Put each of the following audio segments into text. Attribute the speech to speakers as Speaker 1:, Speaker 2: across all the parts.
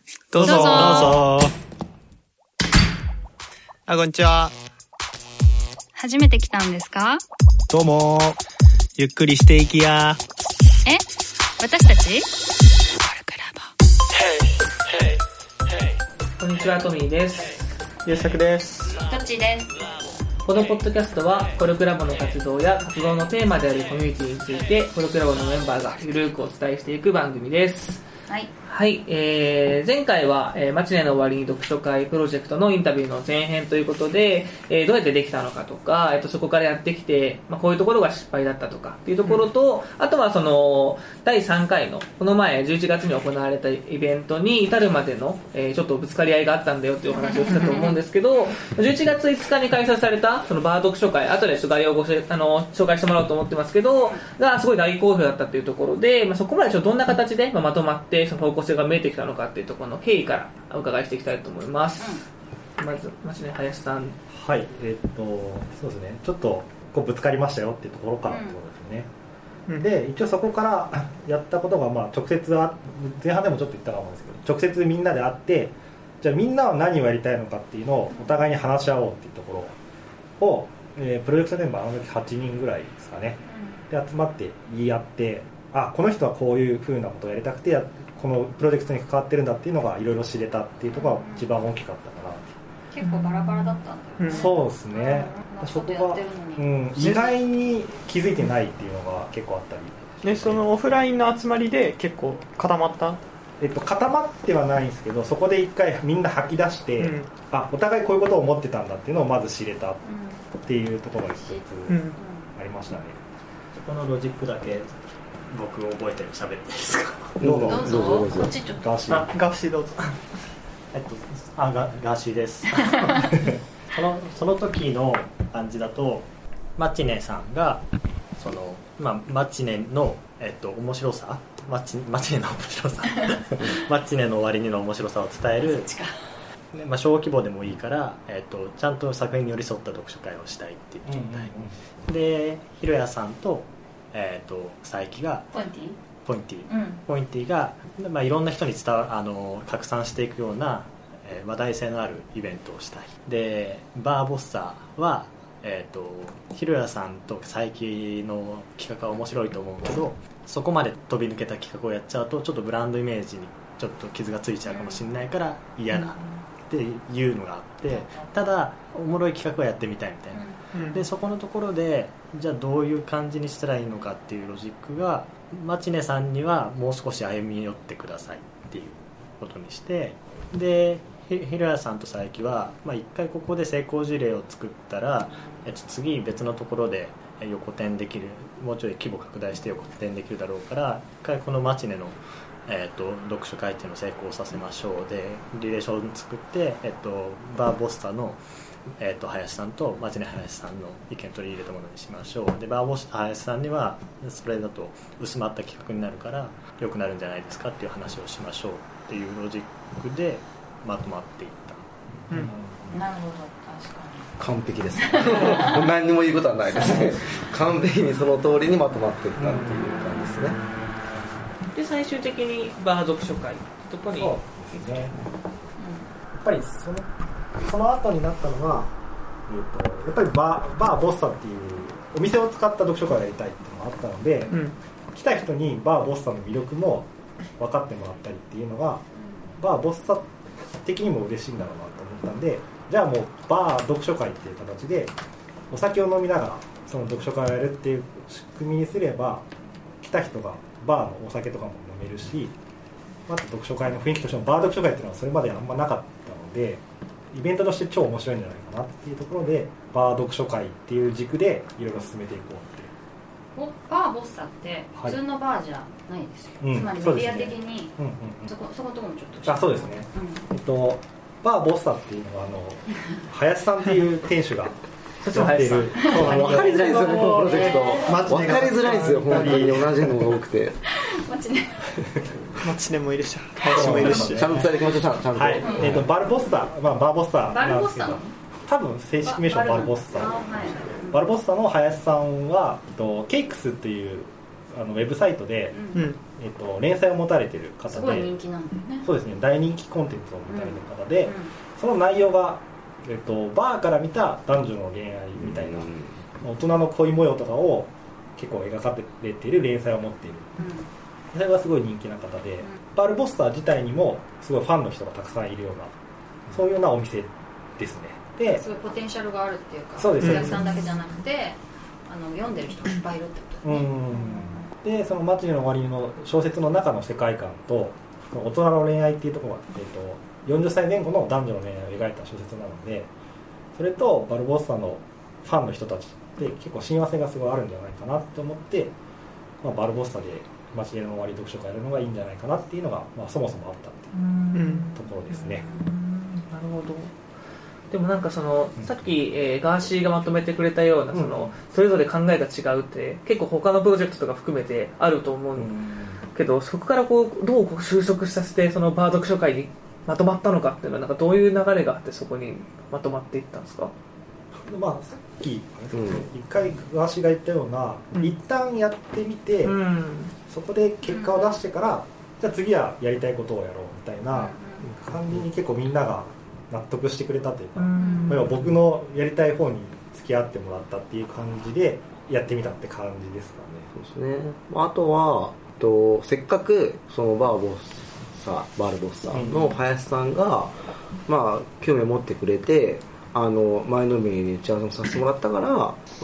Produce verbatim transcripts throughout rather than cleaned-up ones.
Speaker 1: どうぞどうぞ。あ、こんにちは。
Speaker 2: 初めて来たんですか？
Speaker 1: どうも。ゆっくりしていきや。
Speaker 2: え？私たち？
Speaker 3: こんにちは、トミーです。
Speaker 1: ゆうさくです。
Speaker 2: どっちです。
Speaker 3: このポッドキャストはコルクラボの活動や活動のテーマであるコミュニティについてコルクラボのメンバーがゆるくお伝えしていく番組です。
Speaker 2: はい、
Speaker 3: はい、えー、前回は、えー、マチネの終わりに読書会プロジェクトのインタビューの前編ということで、えー、どうやってできたのかとか、えー、とそこからやってきて、まあ、こういうところが失敗だったとかっていうところと、うん、あとはそのだいさんかいのこの前じゅういちがつに行われたイベントに至るまでの、えー、ちょっとぶつかり合いがあったんだよっていうお話をしたと思うんですけどじゅういちがついつかに開催されたそのバー読書会、後で概要をごしあの紹介してもらおうと思ってますけどがすごい大好評だったっていうところで、まあ、そこまでちょっとどんな形で、まあ、まとまってその方向性が見えてきたのかっていうところの経緯からお伺いしていきたいと思います、うん、まず町根林さん。
Speaker 4: はい、えー、っとそうですね、ちょっとこうぶつかりましたよっていうところからってことですね、うん、で一応そこからやったことが、まあ、直接は前半でもちょっと言ったかもですけど直接みんなで会ってじゃあみんなは何をやりたいのかっていうのをお互いに話し合おうっていうところを、えー、プロジェクトメンバーあの時はちにんぐらいですかね、で集まって言い合ってあこの人はこういう風なことをやりたくてやこのプロジェクトに関わってるんだっていうのがいろいろ知れたっていうところが一番大きかったかな。
Speaker 2: 結構バラバラだったんだよね、
Speaker 4: うん、そうですね、
Speaker 2: うん、
Speaker 4: そこが、うん、意外に気づいてないっていうのが結構あったり
Speaker 1: でそのオフラインの集まりで結構固まった、
Speaker 4: えっと、固まってはないんですけどそこで一回みんな吐き出して、うん、あお互いこういうことを思ってたんだっていうのをまず知れたっていうところが一つありましたね、
Speaker 5: うん、そこのロジックだけ僕覚えてる喋っていいですか？
Speaker 2: どうぞどうぞどうぞ。こっちちょっと
Speaker 4: ガーシー
Speaker 1: ガーシーどうぞ
Speaker 5: えっとあガガーシーですそのその時の感じだとマチネさんがその、まあ、マチネの、えっと、面白さマチ、マチネの面白さマチネの終わりにの面白さを伝えるまあ、小規模でもいいから、えー、とちゃんと作品に寄り添った読書会をしたいっていう状態、うんうんうん、でひろやさんとえー、と佐伯が
Speaker 2: ポインティ
Speaker 5: ポインティ、
Speaker 2: うん、
Speaker 5: ポインティが、まあ、いろんな人に伝わあの拡散していくような、えー、話題性のあるイベントをしたい。でバーボッサーは、えー、とひろやさんと佐伯の企画は面白いと思うけどそこまで飛び抜けた企画をやっちゃうとちょっとブランドイメージにちょっと傷がついちゃうかもしれないから嫌だっていうのがあってただおもろい企画はやってみたいみたいな、うん、でそこのところでじゃあどういう感じにしたらいいのかっていうロジックがマチネさんにはもう少し歩み寄ってくださいっていうことにしてでひろやさんと佐伯は、まあ、一回ここで成功事例を作ったら、えっと、次別のところで横転できるもうちょい規模拡大して横転できるだろうから一回このマチネのえー、と読書会っていうのを成功させましょうでリレーション作って、えー、とバーボスタの、えー、と林さんとマチネ林さんの意見取り入れたものにしましょうでバーボスタ林さんにはそれだと薄まった企画になるから良くなるんじゃないですかっていう話をしましょうっていうロジックでまとまっていった、
Speaker 2: うんうん、なるほど確かに
Speaker 6: 完璧です何にも言うことはないですね完璧にその通りにまとまっていったっていう感じですね、
Speaker 3: で最終的にバー読書会ってとこに
Speaker 4: そうですね、やっぱりそのその後になったのが、えー、とやっぱりバー、バーボッサっていうお店を使った読書会をやりたいっていうのがあったので、うん、来た人にバーボッサの魅力も分かってもらったりっていうのがバーボッサ的にも嬉しいんだろうなと思ったんでじゃあもうバー読書会っていう形でお酒を飲みながらその読書会をやるっていう仕組みにすれば来た人がバーのお酒とかも飲めるしまた読書会の雰囲気としてもバー読書会っていうのはそれまであんまなかったのでイベントとして超面白いんじゃないかなっていうところでバー読書会っていう軸でいろいろ進めていこうって
Speaker 2: バーボッサって普通のバーじゃないですよ、はい、つまりメディア的にそ、ねうんうん、そこそこのところもちょっと
Speaker 4: あそうですね、うん、えっとバーボッサっていうのはあの林さんっていう店主が
Speaker 6: 分かりづらいですよね、このプロジェクト分かりづらいですよ、本当に同じのが多くて
Speaker 2: マチネ
Speaker 1: マチネもいるし林もいるし
Speaker 6: ちゃんと伝えていきましょう、ちゃんと、
Speaker 4: はい、えー、とバルボッサ、まあ、バーボッサなんですけど多分正式名称はバルボッサバルボッサの林さんはとケイクスっていうあのウェブサイトで、うん、えっと、連載を持たれてる方で、す
Speaker 2: ごい人気なんだよね。
Speaker 4: そうですね、大人気コンテンツを持たれてる方で、うんうん、その内容が、えっと、バーから見た男女の恋愛みたいな、うん、大人の恋模様とかを結構描かれている連載を持っている、うん、それがすごい人気な方で、うん、バルボッサー自体にもすごいファンの人がたくさんいるような、そういうようなお店ですね。
Speaker 2: ですごいポテンシャルがあるっていうか、そうです、お客さんだけじゃなくて、あの読んでる人がいっぱいいるってことですね。うん、でそのマチネの終わりの小説の中の世界観と大人の恋愛っていうところが、えー、とよんじゅっさいまえ後の男女の恋愛を描いた小説なので、それとバルボッサのファンの人たちって結構親和性がすごいあるんじゃないかなと思って、まあ、バルボッサでマチネの終わり読書会やるのがいいんじゃないかなっていうのが、まあ、そもそもあったっていうところですね。
Speaker 3: うん、なるほど。でもなんかその、うん、さっき、えー、ガーシーがまとめてくれたようなその、うん、それぞれ考えが違うって結構他のプロジェクトとか含めてあると思うけど、うん、そこからこうどうこう収束させてそのバー読書会にまとまったのかっていうのはなんかどういう流れがあってそこにまとまっていったんですか？
Speaker 4: まあ、さっき、うん、一回ガーシーが言ったような、うん、一旦やってみて、うん、そこで結果を出してから、うん、じゃあ次はやりたいことをやろうみたいな感じに結構みんなが納得してくれたというか、うん、僕のやりたい方に付き合ってもらったっていう感じでやってみたって感じですかね。
Speaker 6: そうですね。あとはとせっかくそのバーボスさバールボスさんの林さんが、うん、まあ興味を持ってくれて、あの前のめりに打ち合わせもさせてもらったから、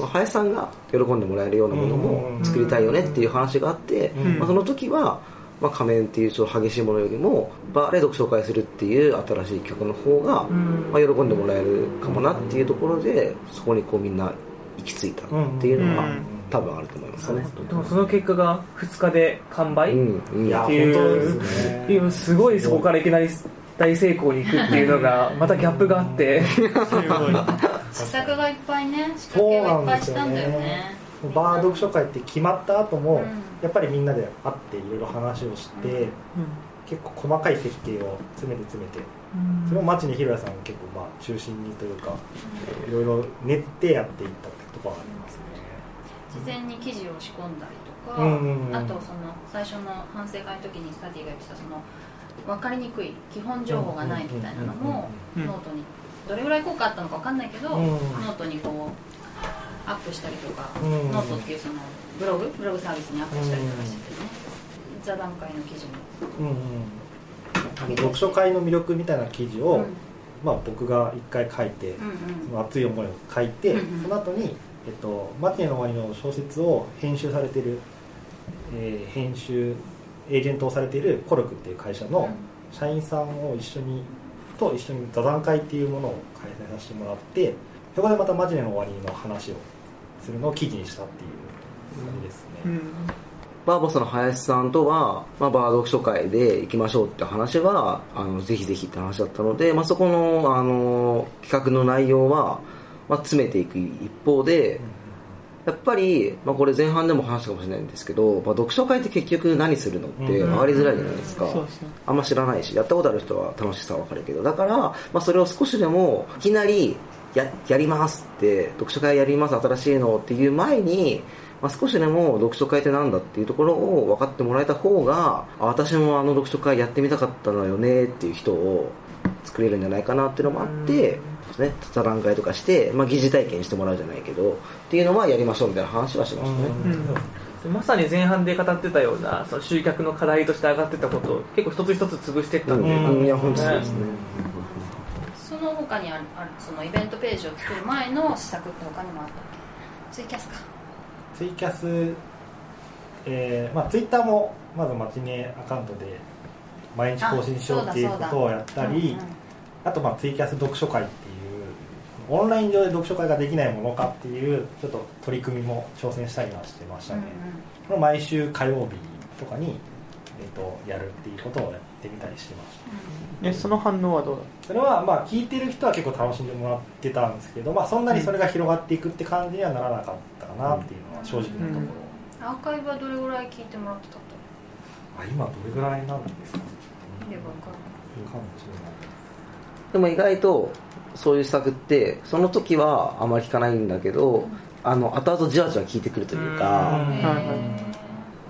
Speaker 6: 林さんが喜んでもらえるようなものも作りたいよねっていう話があって、うん、まあ、その時はまあ、仮面っていうちょっと激しいものよりもバーで読書会するっていう新しい曲の方が、まあ、喜んでもらえるかもなっていうところで、そこにこうみんな行き着いたっていうのが多分あると思いますね。
Speaker 3: でもその結果がふつかで完売、うんうん、っていう、っていうすごい、そこからいきなり大成功に行くっていうのがまたギャップがあって
Speaker 2: 試作がいっぱいね、仕掛けをいっぱいしたんだよね。
Speaker 4: バー読書会って決まった後も、うん、やっぱりみんなで会っていろいろ話をして、うん、結構細かい設計を詰めて詰めて、うん、それを町にひろやさんが結構まあ中心にというか、いろいろ練ってやっていったってところがありますね。
Speaker 2: 事前に記事を仕込んだりとか、うんうんうん、あとその最初の反省会の時にスタディが言ってたその分かりにくい基本情報がないみたいなのもノートにどれぐらい効果あったのか分かんないけど、うんうん、ノートにこうアップしたりとか、うん、ノートっていうそのブログブログサービスにアップしたりとかしててね、うん、座談会の記事も、うんうん、
Speaker 4: あの読書会の魅力みたいな記事を、うん、まあ、僕が一回書いて、うんうん、その熱い思いを書いて、うんうん、その後に、えっと、マティネの終わりの小説を編集されている、えー、編集エージェントをされているコルクっていう会社の社員さんを一緒にと一緒に座談会っていうものを開催させてもらって、そこでまたマジネの終わりの話をするのを記事にしたっていう感じですね。うん、
Speaker 6: バーボスの林さんとは、まあ、バー読書会で行きましょうって話はあのぜひぜひって話だったので、まあ、そこの、あの企画の内容は、まあ、詰めていく一方で、やっぱり、まあ、これ前半でも話したかもしれないんですけど、まあ、読書会って結局何するのって分かりづらいじゃないですか。あんま知らないし、やったことある人は楽しさは分かるけど、だから、まあ、それを少しでもいきなりや, やりますって読書会やります新しいのっていう前に、まあ、少しでも読書会ってなんだっていうところを分かってもらえた方が、あ私もあの読書会やってみたかったのよねっていう人を作れるんじゃないかなっていうのもあって、ね、座談会とかして、まあ、疑似体験してもらうじゃないけどっていうのはやりましょうみたいな話はしましたね。
Speaker 3: うん、まさに前半で語ってたようなその集客の課題として上がってたことを結構一つ一つ潰していったんで、
Speaker 6: うんうん、いや本当そうですね。
Speaker 2: その他にある、あるそのイベントページを作る前の施策って他にもあったっけ？ツイキャスか。
Speaker 4: ツイキャス、えーまあ、ツイッターもまずマチネアカウントで毎日更新しようっていうことをやったり、 あ, うんうん、あとまあツイキャス読書会っていうオンライン上で読書会ができないものかっていうちょっと取り組みも挑戦したりはしてましたね。うんうん、毎週火曜日とかに、えー、とやるっていうことをやってみたりしてました。
Speaker 1: うん、えその反応はどうだった？
Speaker 4: それはまあ聞いてる人は結構楽しんでもらってたんですけど、まあ、そんなにそれが広がっていくって感じにはならなかったかなっていうのは正直なところ。うんうん、
Speaker 2: アーカイブはどれぐらい聞いてもらってたと？
Speaker 4: あ今どれぐらいなんですかね。
Speaker 2: 見れば分かるかもしれない。
Speaker 6: でも意外とそういう施策ってその時はあまり聞かないんだけど、うん、あの後々じわじわ聞いてくるというか、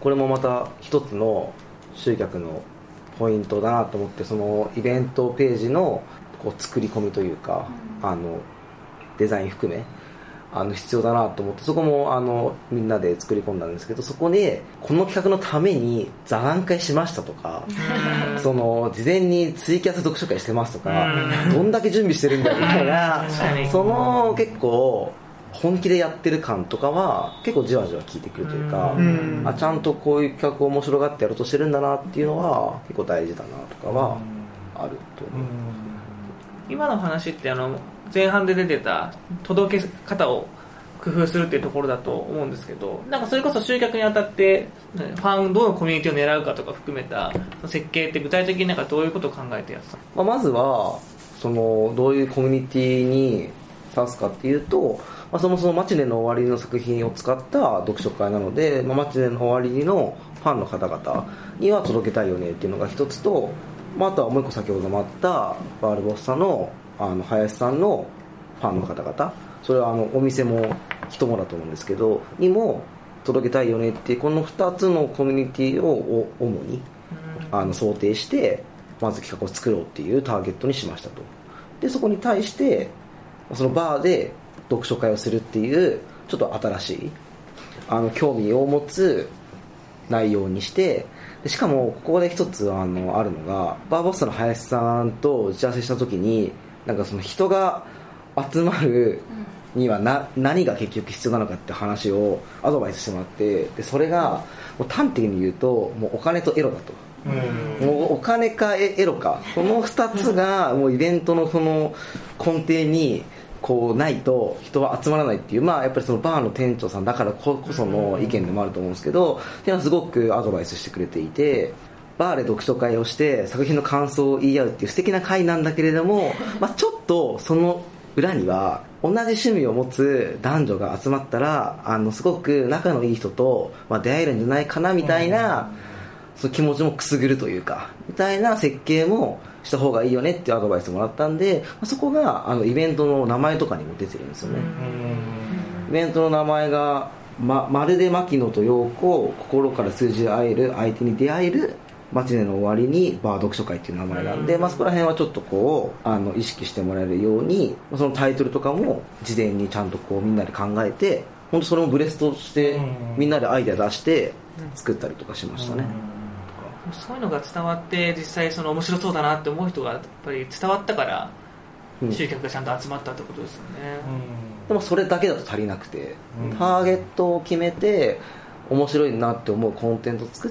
Speaker 6: これもまた一つの集客のポイントだなと思って、そのイベントページのこう作り込みというか、うん、あのデザイン含めあの必要だなと思って、そこもあのみんなで作り込んだんですけど、そこでこの企画のために座談会しましたとか、その事前にツイキャス読書会してますとか、どんだけ準備してるんだよみたいなその結構本気でやってる感とかは結構じわじわ効いてくるというか、あちゃんとこういう企画を面白がってやろうとしてるんだなっていうのは結構大事だなとかはあると思う。
Speaker 3: 今の話ってあの前半で出てた届け方を工夫するっていうところだと思うんですけど、なんかそれこそ集客にあたってファンどのコミュニティを狙うかとか含めた設計って具体的になんかどういうことを考えてやってたの？
Speaker 6: まあ、まずはそのどういうコミュニティに指すかっていうと、まあ、そもそもマチネの終わりの作品を使った読書会なので、まあ、マチネの終わりのファンの方々には届けたいよねっていうのが一つと、まあ、あとはもう一個先ほどもあったバールボッサのあの林さんのファンの方々、それはあのお店も人もだと思うんですけどにも届けたいよねっていう、このふたつのコミュニティを主にあの想定してまず企画を作ろうっていうターゲットにしましたと。でそこに対してそのバーで読書会をするっていうちょっと新しいあの興味を持つ内容にして、しかもここで一つあのあるのが、バーボッサの林さんと打ち合わせした時になんかその人が集まるにはな何が結局必要なのかって話をアドバイスしてもらって、でそれがもう端的に言うともうお金とエロだと、うん、もうお金かエロか、このふたつがもうイベントのその根底にこうないと人は集まらないっていう、まあやっぱりそのバーの店長さんだからこその意見でもあると思うんですけど、っていうのはすごくアドバイスしてくれていて、バーで読書会をして作品の感想を言い合うっていう素敵な会なんだけれども、まあ、ちょっとその裏には同じ趣味を持つ男女が集まったらあのすごく仲のいい人と、まあ、出会えるんじゃないかなみたいな、その気持ちもくすぐるというかみたいな設計もした方がいいよねっていうアドバイスもらったんで、まあ、そこがあのイベントの名前とかにも出てるんですよね。イベントの名前が、ま、まるで牧野と陽子、心から通じ合える相手に出会えるマチネの終わりにバー読書会っていう名前なんで、まあ、そこら辺はちょっとこうあの意識してもらえるように、そのタイトルとかも事前にちゃんとこうみんなで考えて、本当それもブレストしてみんなでアイデア出して作ったりとかしましたね。
Speaker 3: そういうのが伝わって実際その面白そうだなって思う人がやっぱり伝わったから集客がちゃんと集まったってことですよね。
Speaker 6: うん、でもそれだけだと足りなくて、ターゲットを決めて面白いなって思うコンテンツを作って、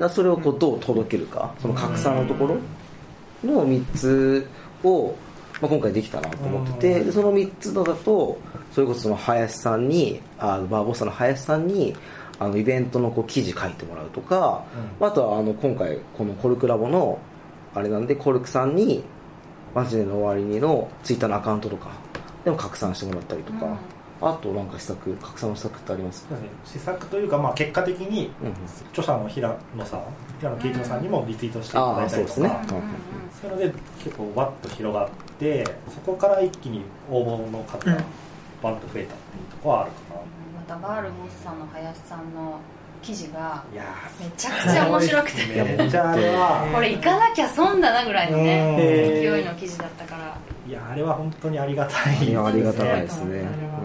Speaker 6: それをこうどう届けるか、その拡散のところのみっつを、まあ、今回できたなと思ってて、でそのみっつのだとそれこそその林さんにあバーボッサの林さんにあのイベントのこう記事書いてもらうとか、うん、あとはあの今回このコルクラボのあれなんでコルクさんにマジでの終わりにのツイッターのアカウントとかでも拡散してもらったりとか、うん、あとなんか施策拡散の施策ってありますか？
Speaker 4: 施策というか、まあ、結果的に著者の平野さん、平野啓一郎さんにもリツイートしていただいたりとか、そういうので結構わっと広がって、そこから一気に応募の方がバンと増えたっていうところはあるかな。
Speaker 7: またバールボスさんの林さんの記事がめちゃくちゃ面白くて、いやめちゃあれはこれ行かなきゃ損だなぐらいのね勢いの記事だったから、
Speaker 4: いやあれは本当にありがたい、
Speaker 6: いやありがたいですね。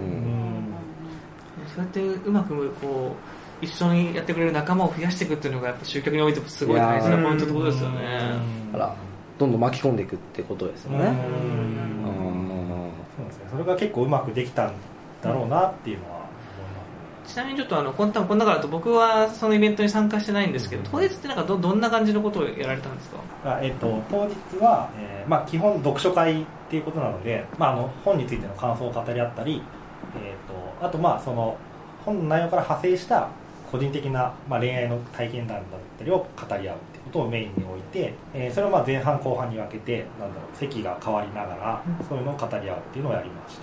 Speaker 3: そうやってうまくこう一緒にやってくれる仲間を増やしていくっていうのがやっぱ集客においてもすごい大事なポイントってことですよね。
Speaker 6: あらどんどん巻き込んでいくってことですよね。うんうん
Speaker 4: そうですね、それが結構うまくできたんだろうなっていうのは。
Speaker 3: ちなみにちょっとあのこんこんなからと僕はそのイベントに参加してないんですけど、当日ってなんか ど, どんな感じのことをやられたんですか？
Speaker 4: あ、えー、と当日は、えーまあ、基本読書会っていうことなので、まあ、あの本についての感想を語り合ったり、えー、とあとまあその本の内容から派生した個人的な、まあ、恋愛の体験談だったりを語り合うっていうことをメインに置いて、えー、それをまあ前半後半に分けてなんだろう席が変わりながらそういうのを語り合うっていうのをやりました。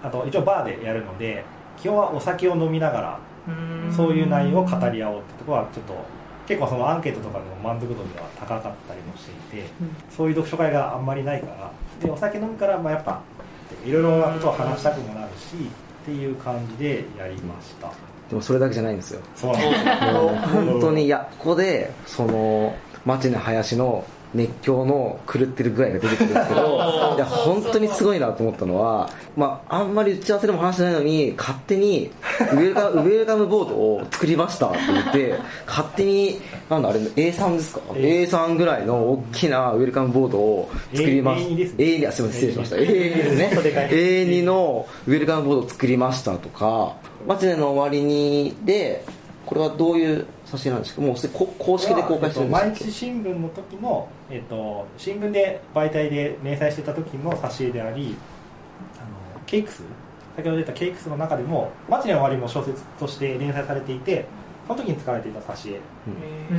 Speaker 4: あと一応バーでやるので基本はお酒を飲みながらそういう内容を語り合おうってところはちょっと結構そのアンケートとかでも満足度が高かったりもしていて、そういう読書会があんまりないから、でお酒飲むからまあやっぱいろいろなことを話したくもなるし、 っていう感じでやりました。
Speaker 6: でもそれだけじゃないんですよ。
Speaker 4: そうなんです
Speaker 6: もう本当に、いやここでその町根林の熱狂の狂ってる具合が出てくるんですけどいや本当にすごいなと思ったのは、まあ、あんまり打ち合わせでも話してないのに勝手にウェルカム、ウェルカムボードを作りましたって言って勝手になんだあれ エースリー ですか エースリー ぐらいの大きなウェルカムボードを作りました エーツー ですね、すいません失礼しました エーツー ですねエーツー のウェルカムボードを作りましたとか、町根の終わりにでこれはどういう写真なんですか。もう公式で公開してるんですか。
Speaker 4: 毎日新聞の時の、えっと、新聞で媒体で連載してた時の挿絵であり、あのケイクス先ほど出たケイクスの中でも町根の終わりも小説として連載されていて、その時に使われていた挿絵、
Speaker 6: うん、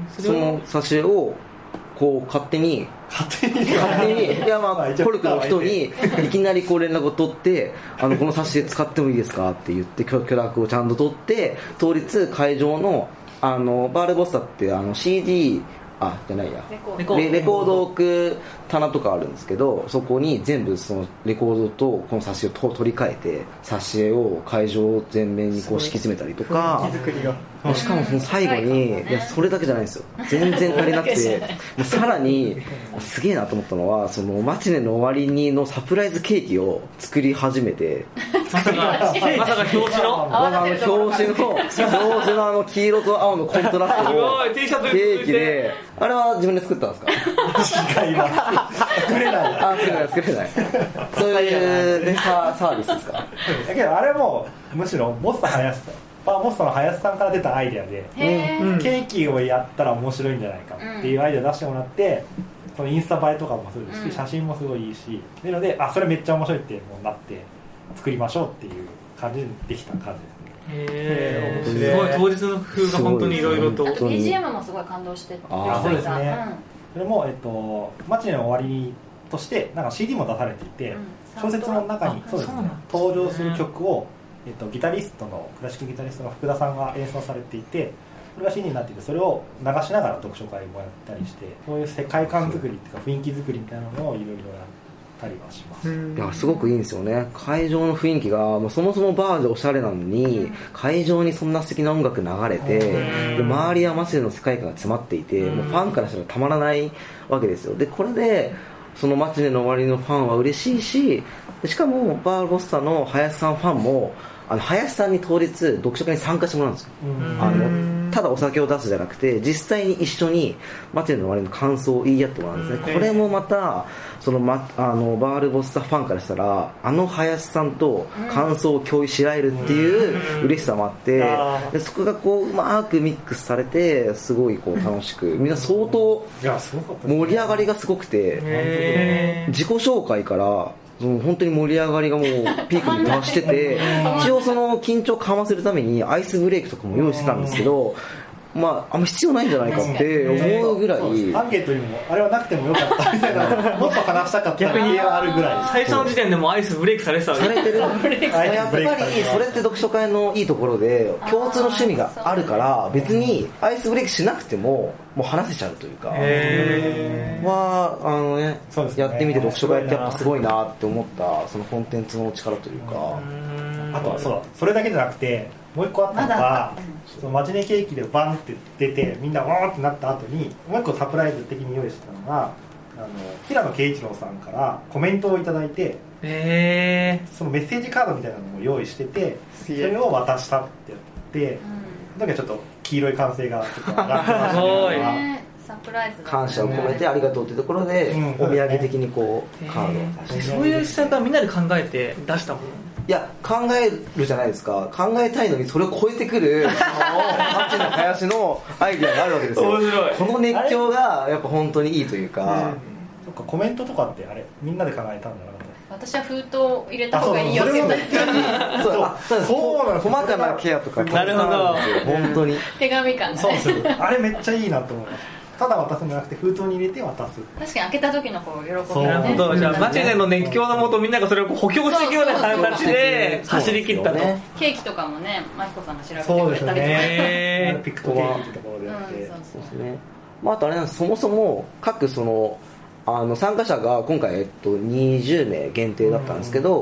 Speaker 6: その挿絵をこう勝手に
Speaker 4: 勝手に
Speaker 6: 勝手にいやまあコルクの人にいきなりこう連絡を取ってあのこの挿絵使ってもいいですかって言って許諾をちゃんと取って当日会場のあのバールボスタってあの シーディーあじゃないやレコード、レコードを置く棚とかあるんですけど、そこに全部そのレコードとこの挿絵を取り替えて挿絵を会場全面にこう敷き詰めたりとか、しかもその最後に、いやそれだけじゃないんですよ、全然足りなくてもうさらにすげえなと思ったのは、その町根の終わりにのサプライズケーキを作り始めて
Speaker 3: まさかまさか表紙の
Speaker 6: あの表紙の表紙のあの黄色と青のコントラストのケーキで、あれは自分で作ったんですか。
Speaker 4: 違います作れない
Speaker 6: あ作れない作れないそういう、ね、サ, サービスですか。
Speaker 4: だけどあれもむしろボスタ林さんバーボスタの林さんから出たアイデアで、うん、ケーキをやったら面白いんじゃないかっていうアイデア出してもらって、うん、そのインスタ映えとかもするし、うん、写真もすごいいいし、なのであそれめっちゃ面白いってもうなって作りましょうっていう感じでできた感じですね。
Speaker 3: へーすごい当日の工夫が本当にいろいろと。
Speaker 7: あと ビージーエム もすごい感動してて、
Speaker 4: あそうですね、うん、それも、えっと、町根の終わりとしてなんか シーディー も出されていて、うん、小説の中にそうです、ね、登場する曲を、えっと、ギタリストのクラシックギタリストの福田さんが演奏されていて、それが シーディー になっていて、それを流しながら読書会もやったりして、そういう世界観作りっていうか雰囲気作りみたいなのをいろいろやったりはします。
Speaker 6: いやすごくいいんですよね。会場の雰囲気がもうそもそもバーでおしゃれなのに、会場にそんな素敵な音楽流れて、で周りは町根の世界観が詰まっていて、もうファンからしたらたまらないわけですよ。でこれでその町根の終わりのファンは嬉しいし、しかもバールボスタの林さんファンもあの林さんに当日読書会に参加してもらうんですよ。あのただお酒を出すじゃなくて実際に一緒に町根の終わりの感想を言い合ってもらうんですね。これもまたその、ま、あのバールボスタファンからしたらあの林さんと感想を共有し合えるっていう嬉しさもあって、でそこがこううまくミックスされてすごいこう楽しく、みんな相当盛り上がりがすごくて、自己紹介からもう本当に盛り上がりがもうピークに達してて一応その緊張を緩和するためにアイスブレイクとかも用意してたんですけど、まあ、あんま必要ないんじゃないかって思うぐらい、
Speaker 4: アンケートにもあれはなくてもよかったみたいなもっと話したかった逆にあるぐらい
Speaker 3: 最初の時点でもアイスブレイクされてた
Speaker 6: されてるやっぱりそれって読書会のいいところで共通の趣味があるから別にアイスブレイクしなくてももう話せちゃうというかはあの、ね、やってみて読書会ってやっぱすごいなって思ったそのコンテンツの力というか、
Speaker 4: あとはそうだそれだけじゃなくてもう一個あったのが、そのマジネケーキでバンって出てみんなわーってなった後にもう一個サプライズ的に用意してたのが、あの平野啓一郎さんからコメントをいただいて、
Speaker 3: え
Speaker 4: ー、そのメッセージカードみたいなのも用意しててそれを渡したってやって、うん、その時はちょっと黄色い歓声がちょっと上がってました
Speaker 7: ねサプライズ
Speaker 6: 感謝を込めてありがとうというところで、うん、お土産的にこう、うん、カードを出して、
Speaker 3: そういう施策はみんなで考えて出したもの。
Speaker 6: いや考えるじゃないですか。考えたいのにそれを超えてくる町野林のアイデアがあるわけですよ。
Speaker 3: 面白い。
Speaker 6: この熱狂がやっぱ本当にいいというか、うん、
Speaker 4: そっかコメントとかってあれみんなで考えたんだな。
Speaker 7: 私は封筒を入れた方がいいよって言った
Speaker 6: らそうそうなん細かなケアとか
Speaker 3: なるほど
Speaker 6: 本当に
Speaker 7: 手紙感
Speaker 4: そうそうあれめっちゃいいなと思います。ただ渡すんじゃなくて封筒に入れて渡す。
Speaker 7: 確かに開けた時のこう喜びがね。
Speaker 3: なるほど。じゃあマチネの熱狂のもとみんながそれを補強していくような形で走り切ったと。
Speaker 7: ケーキとかもねマキコさんが調べてくれたりとか、ね、
Speaker 4: ピクトケーキってところでやって、
Speaker 6: うん、そうですね。まああとあれなんです。そもそも各そのあの参加者が今回えっとにじゅうめい限定だったんですけど、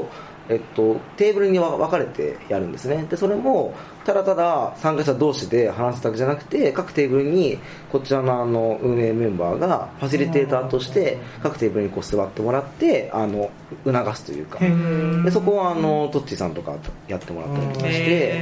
Speaker 6: えっと、テーブルに分かれてやるんですね。でそれもただただ参加者同士で話すだけじゃなくて、各テーブルにこちらのあの運営メンバーがファシリテーターとして各テーブルにこう座ってもらってあの促すというか、でそこはあのトッチーさんとかやってもらったりとかして、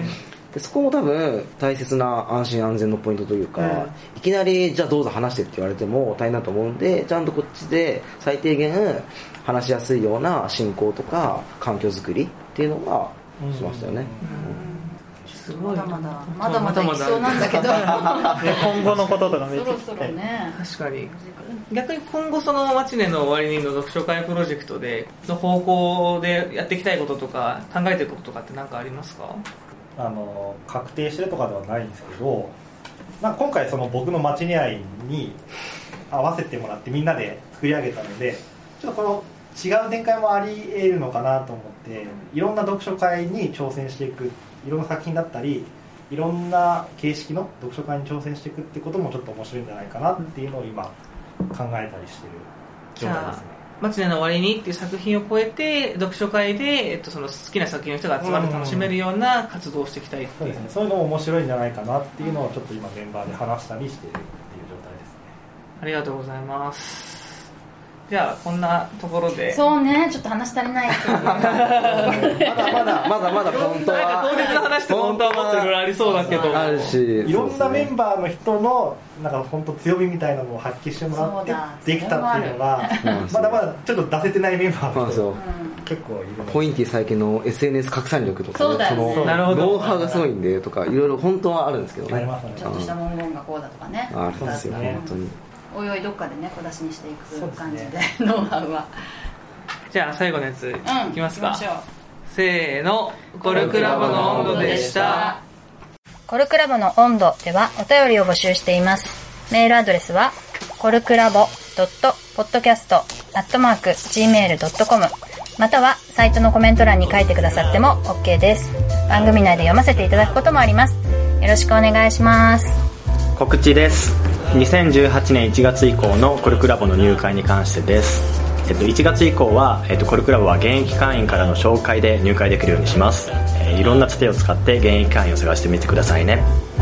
Speaker 6: でそこも多分大切な安心安全のポイントというか、いきなりじゃあどうぞ話してって言われても大変だと思うんで、ちゃんとこっちで最低限話しやすいような進行とか環境づくりっていうのがしましたよね。
Speaker 7: すごいまだまだまだまだいきそうなんだけど
Speaker 1: 今後のこととかめっちゃ
Speaker 7: そろそろね。
Speaker 3: 確かに逆に今後そのマチネの終わりにの読書会プロジェクトでの方向でやっていきたいこととか考えていることとかって何かありますか？
Speaker 4: あの確定してるとかではないんですけど、なんか今回その僕のマチネ愛に合わせてもらってみんなで作り上げたので、ちょっとこの違う展開もあり得るのかなと思って、いろんな読書会に挑戦していく、いろんな作品だったりいろんな形式の読書会に挑戦していくってこともちょっと面白いんじゃないかなっていうのを今考えたりしてる状態ですね。
Speaker 3: マチネの終わりにっていう作品を超えて読書会で、えっと、その好きな作品の人が集まって楽しめるような活動をしていきたいっていう、
Speaker 4: そうですね、そういうのも面白いんじゃないかなっていうのをちょっと今メンバーで話したりしているっていう状態ですね。
Speaker 3: ありがとうございます。じゃあこんなところで
Speaker 7: そうね、ちょっと話足りないけどまだ
Speaker 6: まだまだまだ本当は
Speaker 3: 当日の話って本当はもっといろいろありそうだけど
Speaker 6: あるし、
Speaker 4: いろんなメンバーの人のなんか本当強みみたいなのを発揮してもらってできたっていうのがまだまだちょっと出せてないメンバーの人結構いるので、
Speaker 6: ポインティ最近の エスエヌエス 拡散力とか、
Speaker 7: そうだよね、
Speaker 6: そのノウハウがすごいんでとかいろいろ本当はあるんですけどね、
Speaker 7: ちょっとした文言がこうだとかね、
Speaker 6: あるんですよ本当に。
Speaker 7: おいおいどっかでね小出しにしていく感じで、ね、ノウハウは。
Speaker 3: じゃあ最後のやつ、うん、いきますか。
Speaker 7: せ
Speaker 3: ーの、コルクラボの温度でした。
Speaker 7: コルクラボの温度ではお便りを募集しています。メールアドレスはコルクラボドットポッドキャストアットマークジーメールドットコム、またはサイトのコメント欄に書いてくださっても OK です。番組内で読ませていただくこともあります。よろしくお願いします。
Speaker 5: 告知です。にせんじゅうはちねんいちがつ以降のコルクラボの入会に関してです。えっと、いちがつ以降は、えっと、コルクラボは現役会員からの紹介で入会できるようにします。えー、いろんなつてを使って現役会員を探してみてくださいね。